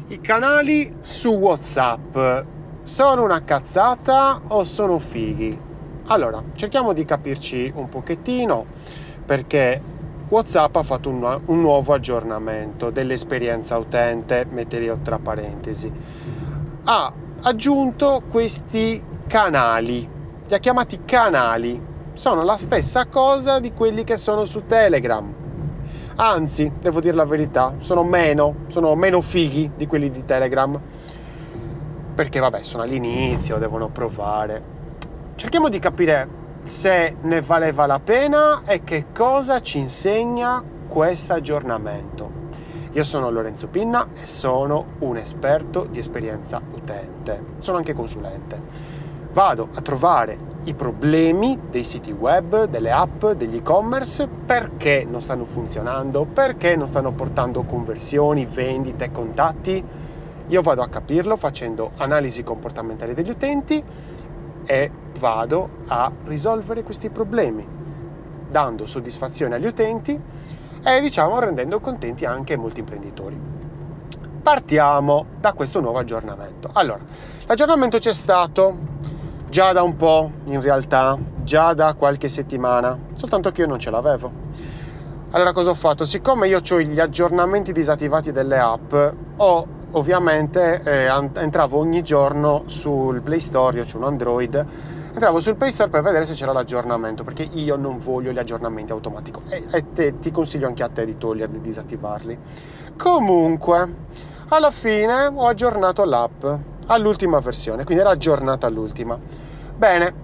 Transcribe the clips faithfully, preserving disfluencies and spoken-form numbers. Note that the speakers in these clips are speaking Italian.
I canali su WhatsApp sono una cazzata o sono fighi? Allora, cerchiamo di capirci un pochettino, perché WhatsApp ha fatto un, un nuovo aggiornamento dell'esperienza utente, metterò tra parentesi. Ha aggiunto questi canali, li ha chiamati canali, sono la stessa cosa di quelli che sono su Telegram. Anzi, devo dire la verità, sono meno, sono meno fighi di quelli di Telegram, perché vabbè, sono all'inizio, devono provare. Cerchiamo di capire se ne valeva la pena e che cosa ci insegna questo aggiornamento. Io sono Lorenzo Pinna e sono un esperto di esperienza utente, sono anche consulente. Vado a trovare i problemi dei siti web, delle app, degli e-commerce, perché non stanno funzionando, perché non stanno portando conversioni, vendite, contatti. Io vado a capirlo facendo analisi comportamentali degli utenti e vado a risolvere questi problemi, dando soddisfazione agli utenti e diciamo rendendo contenti anche molti imprenditori. Partiamo da questo nuovo aggiornamento. Allora, l'aggiornamento c'è stato già da un po', in realtà, già da qualche settimana, soltanto che io non ce l'avevo. Allora cosa ho fatto? Siccome io ho gli aggiornamenti disattivati delle app, ho ovviamente eh, entravo ogni giorno sul Play Store, io c'ho un Android, entravo sul Play Store per vedere se c'era l'aggiornamento, perché io non voglio gli aggiornamenti automatici e, e te, ti consiglio anche a te di toglierli, di disattivarli. Comunque, alla fine ho aggiornato l'app all'ultima versione, quindi era aggiornata all'ultima. Bene,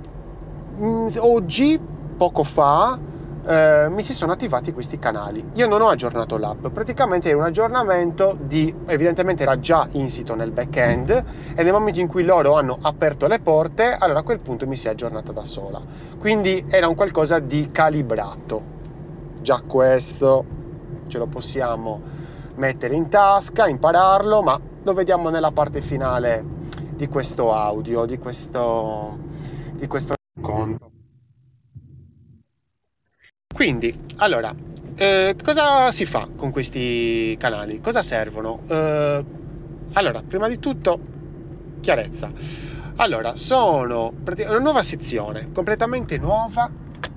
oggi, poco fa, eh, mi si sono attivati questi canali. Io non ho aggiornato l'app, praticamente era un aggiornamento di, evidentemente era già insito nel back-end, e nel momento in cui loro hanno aperto le porte, allora a quel punto mi si è aggiornata da sola. Quindi era un qualcosa di calibrato. Già questo ce lo possiamo mettere in tasca, impararlo, ma lo vediamo nella parte finale di questo audio, di questo di questo conto. Quindi, allora, eh, cosa si fa con questi canali? Cosa servono? Eh, allora, prima di tutto, chiarezza. Allora, sono una nuova sezione, completamente nuova.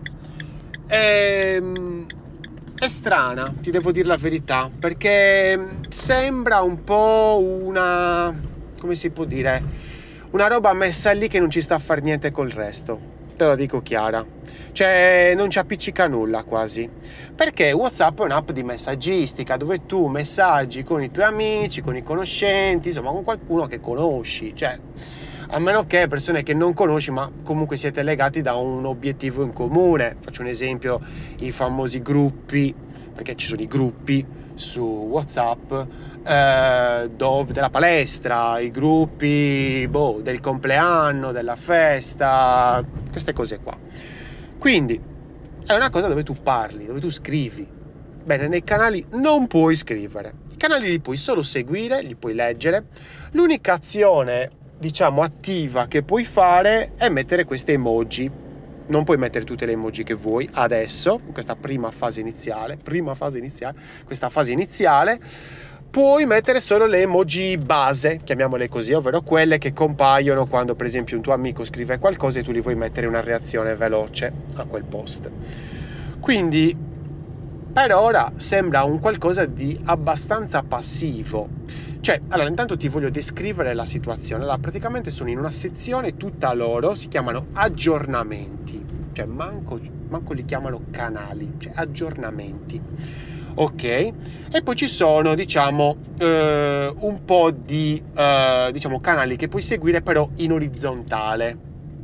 Ehm... È strana, ti devo dire la verità, perché sembra un po' una, come si può dire, una roba messa lì che non ci sta a far niente col resto, te lo dico chiara, cioè non ci appiccica nulla quasi, perché WhatsApp è un'app di messaggistica dove tu messaggi con i tuoi amici, con i conoscenti, insomma con qualcuno che conosci, cioè a meno che persone che non conosci ma comunque siete legati da un obiettivo in comune. Faccio un esempio, i famosi gruppi, perché ci sono i gruppi su WhatsApp eh, dove, della palestra, i gruppi boh, del compleanno, della festa, queste cose qua. Quindi è una cosa dove tu parli, dove tu scrivi. Bene, nei canali non puoi scrivere, i canali li puoi solo seguire, li puoi leggere. L'unica azione diciamo attiva che puoi fare è mettere queste emoji. Non puoi mettere tutte le emoji che vuoi adesso, in questa prima fase iniziale, prima fase iniziale, questa fase iniziale, puoi mettere solo le emoji base, chiamiamole così, ovvero quelle che compaiono quando per esempio un tuo amico scrive qualcosa e tu gli vuoi mettere una reazione veloce a quel post. Quindi per ora sembra un qualcosa di abbastanza passivo. Cioè, allora intanto ti voglio descrivere la situazione. Allora, praticamente sono in una sezione tutta loro, si chiamano aggiornamenti, cioè manco, manco li chiamano canali, cioè aggiornamenti, ok? E poi ci sono, diciamo, eh, un po' di, eh, diciamo, canali che puoi seguire però in orizzontale.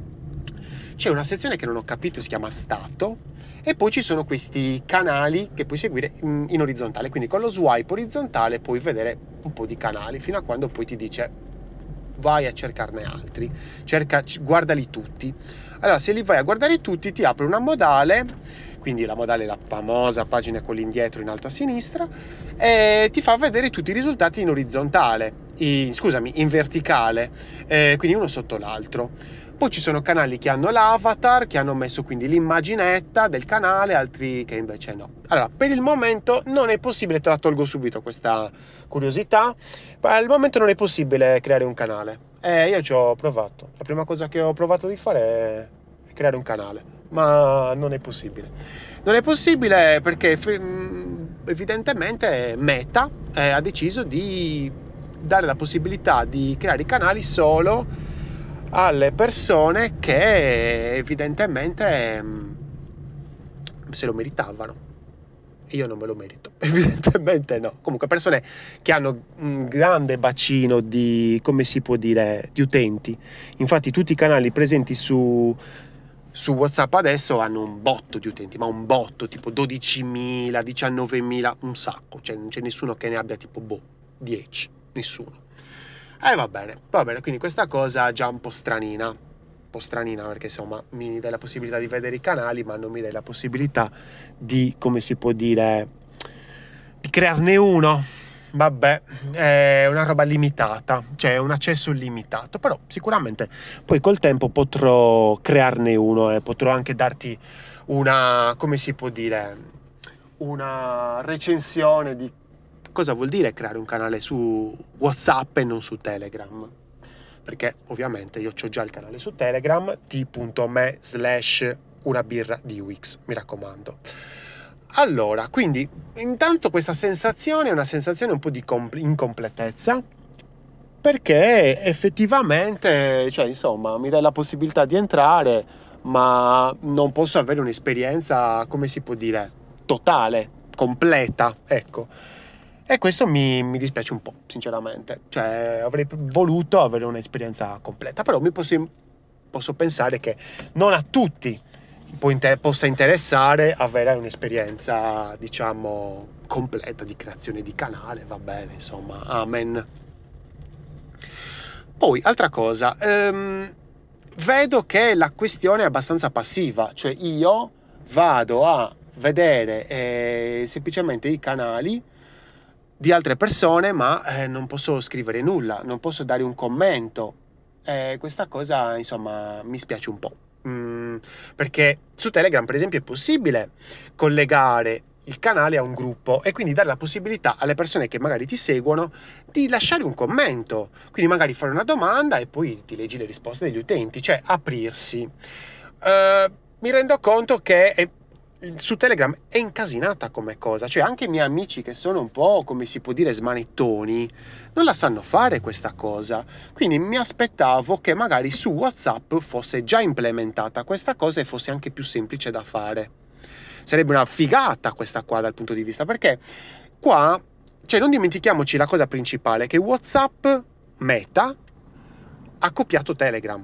C'è una sezione che non ho capito, si chiama stato, e poi ci sono questi canali che puoi seguire in, in orizzontale, quindi con lo swipe orizzontale puoi vedere un po' di canali fino a quando poi ti dice vai a cercarne altri, cerca, guardali tutti. Allora se li vai a guardare tutti ti apre una modale, quindi la modale è la famosa pagina con l'indietro in alto a sinistra, e ti fa vedere tutti i risultati in orizzontale. in, scusami, in verticale, eh, quindi uno sotto l'altro. Poi ci sono canali che hanno l'avatar, che hanno messo quindi l'immaginetta del canale, altri che invece no. Allora, per il momento non è possibile, te la tolgo subito questa curiosità, per il momento non è possibile creare un canale. Eh, io ci ho provato, la prima cosa che ho provato di fare è creare un canale, ma non è possibile. Non è possibile perché evidentemente Meta eh, ha deciso di dare la possibilità di creare i canali solo alle persone che evidentemente se lo meritavano. Io non me lo merito, evidentemente no. Comunque persone che hanno un grande bacino di, come si può dire, di utenti. Infatti tutti i canali presenti su, su WhatsApp adesso hanno un botto di utenti, ma un botto, tipo dodicimila, diciannovemila, un sacco. Cioè non c'è nessuno che ne abbia tipo boh, dieci, nessuno. E eh, va bene, va bene, quindi questa cosa già un po' stranina, un po' stranina perché insomma mi dai la possibilità di vedere i canali, ma non mi dai la possibilità di, come si può dire, di crearne uno. Vabbè, è una roba limitata, cioè un accesso limitato, però sicuramente poi col tempo potrò crearne uno e potrò anche darti una, come si può dire, una recensione di cosa vuol dire creare un canale su WhatsApp e non su Telegram, perché ovviamente io ho già il canale su Telegram, t.me slash una birra di U X, mi raccomando. Allora, quindi intanto questa sensazione è una sensazione un po' di compl- incompletezza, perché effettivamente, cioè insomma, mi dai la possibilità di entrare, ma non posso avere un'esperienza, come si può dire, totale, completa, ecco. E questo mi, mi dispiace un po', sinceramente. Cioè, avrei voluto avere un'esperienza completa, però mi posso, posso pensare che non a tutti può inter- possa interessare avere un'esperienza, diciamo, completa di creazione di canale, va bene, insomma, amen. Poi, altra cosa, ehm, vedo che la questione è abbastanza passiva, cioè io vado a vedere eh, semplicemente i canali di altre persone, ma eh, non posso scrivere nulla, non posso dare un commento. Eh, questa cosa, insomma, mi spiace un po'. Mm, perché su Telegram, per esempio, è possibile collegare il canale a un gruppo e quindi dare la possibilità alle persone che magari ti seguono di lasciare un commento. Quindi magari fare una domanda e poi ti leggi le risposte degli utenti, cioè aprirsi. Uh, mi rendo conto che è su Telegram è incasinata come cosa, cioè anche i miei amici che sono un po', come si può dire, smanettoni, non la sanno fare questa cosa, quindi mi aspettavo che magari su WhatsApp fosse già implementata questa cosa e fosse anche più semplice da fare. Sarebbe una figata questa qua dal punto di vista, perché qua, cioè non dimentichiamoci la cosa principale, che WhatsApp Meta ha copiato Telegram.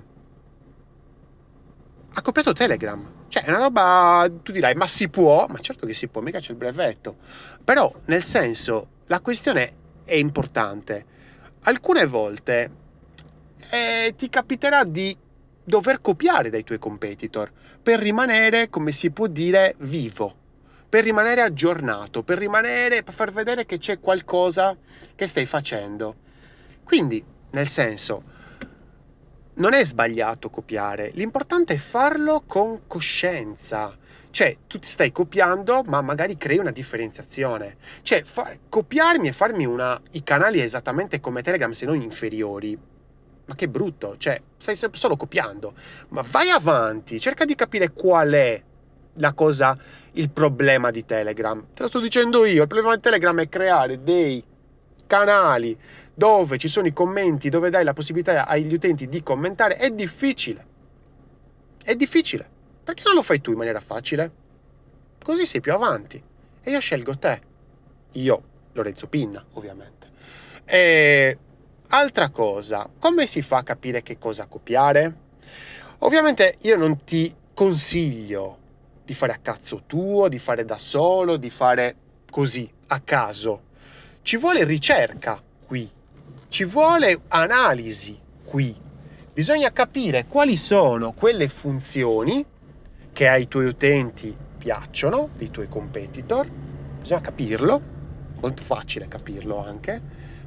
Ha copiato Telegram. Cioè, è una roba, tu dirai, ma si può? Ma certo che si può, mica c'è il brevetto. Però, nel senso, la questione è importante. Alcune volte eh, ti capiterà di dover copiare dai tuoi competitor per rimanere, come si può dire, vivo, per rimanere aggiornato, per rimanere, per far vedere che c'è qualcosa che stai facendo. Quindi, nel senso, non è sbagliato copiare, l'importante è farlo con coscienza. Cioè, tu ti stai copiando, ma magari crei una differenziazione. Cioè, fa- copiarmi e farmi una, i canali esattamente come Telegram, se non inferiori. Ma che brutto, cioè, stai solo copiando. Ma vai avanti, cerca di capire qual è la cosa, il problema di Telegram. Te lo sto dicendo io, il problema di Telegram è creare dei canali dove ci sono i commenti, dove dai la possibilità agli utenti di commentare. È difficile. È difficile. Perché non lo fai tu in maniera facile? Così sei più avanti. E io scelgo te. Io, Lorenzo Pinna, ovviamente. E altra cosa, come si fa a capire che cosa copiare? Ovviamente io non ti consiglio di fare a cazzo tuo, di fare da solo, di fare così, a caso. Ci vuole ricerca qui, ci vuole analisi qui. Bisogna capire quali sono quelle funzioni che ai tuoi utenti piacciono, dei tuoi competitor. Bisogna capirlo, molto facile capirlo anche,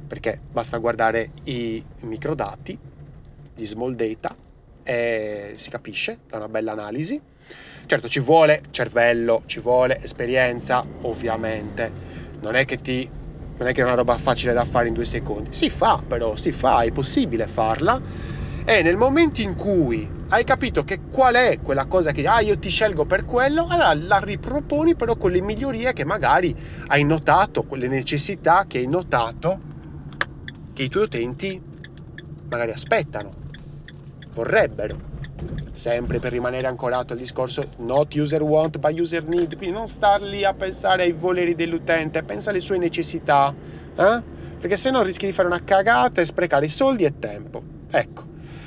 perché basta guardare i microdati, gli small data, e si capisce da una bella analisi. Certo, ci vuole cervello, ci vuole esperienza, ovviamente. Non è che ti non è che è una roba facile da fare in due secondi. Si fa, però, si fa, è possibile farla. E nel momento in cui hai capito che qual è quella cosa che ah io ti scelgo per quello, allora la riproponi però con le migliorie che magari hai notato, quelle necessità che hai notato che i tuoi utenti magari aspettano, vorrebbero. Sempre per rimanere ancorato al discorso not user want by user need, quindi non star lì a pensare ai voleri dell'utente, pensa alle sue necessità, eh? Perché se no rischi di fare una cagata e sprecare soldi e tempo. Ecco.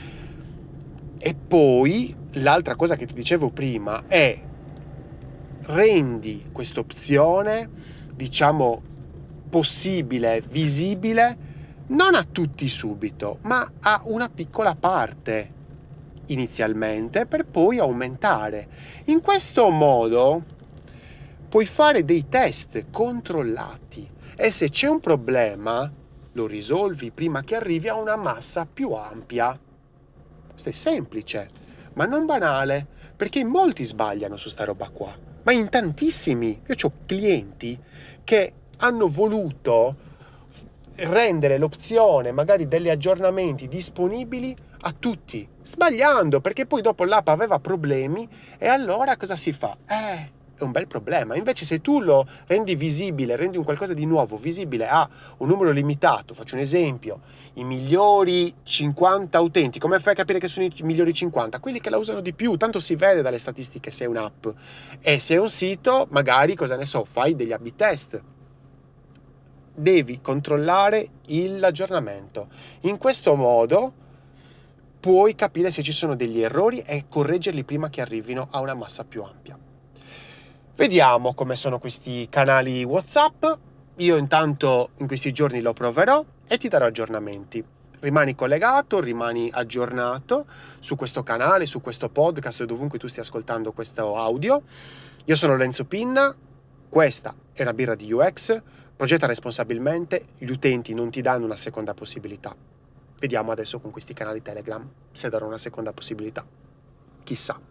E poi l'altra cosa che ti dicevo prima è rendi questa opzione, diciamo, possibile, visibile, non a tutti subito, ma a una piccola parte inizialmente, per poi aumentare. In questo modo puoi fare dei test controllati e se c'è un problema lo risolvi prima che arrivi a una massa più ampia. Questo è semplice, ma non banale, perché in molti sbagliano su sta roba qua, ma in tantissimi. Io ho clienti che hanno voluto rendere l'opzione magari degli aggiornamenti disponibili a tutti, sbagliando, perché poi dopo l'app aveva problemi e allora cosa si fa? Eh, è un bel problema. Invece se tu lo rendi visibile, rendi un qualcosa di nuovo visibile a un numero limitato, faccio un esempio, i migliori cinquanta utenti, come fai a capire che sono i migliori cinquanta? Quelli che la usano di più, tanto si vede dalle statistiche se è un'app. E se è un sito, magari, cosa ne so, fai degli A B test. Devi controllare l'aggiornamento. In questo modo puoi capire se ci sono degli errori e correggerli prima che arrivino a una massa più ampia. Vediamo come sono questi canali WhatsApp. Io intanto in questi giorni lo proverò e ti darò aggiornamenti. Rimani collegato, rimani aggiornato su questo canale, su questo podcast, dovunque tu stia ascoltando questo audio. Io sono Lorenzo Pinna, questa è una birra di U X. Progetta responsabilmente, gli utenti non ti danno una seconda possibilità. Vediamo adesso con questi canali Telegram se darò una seconda possibilità. Chissà.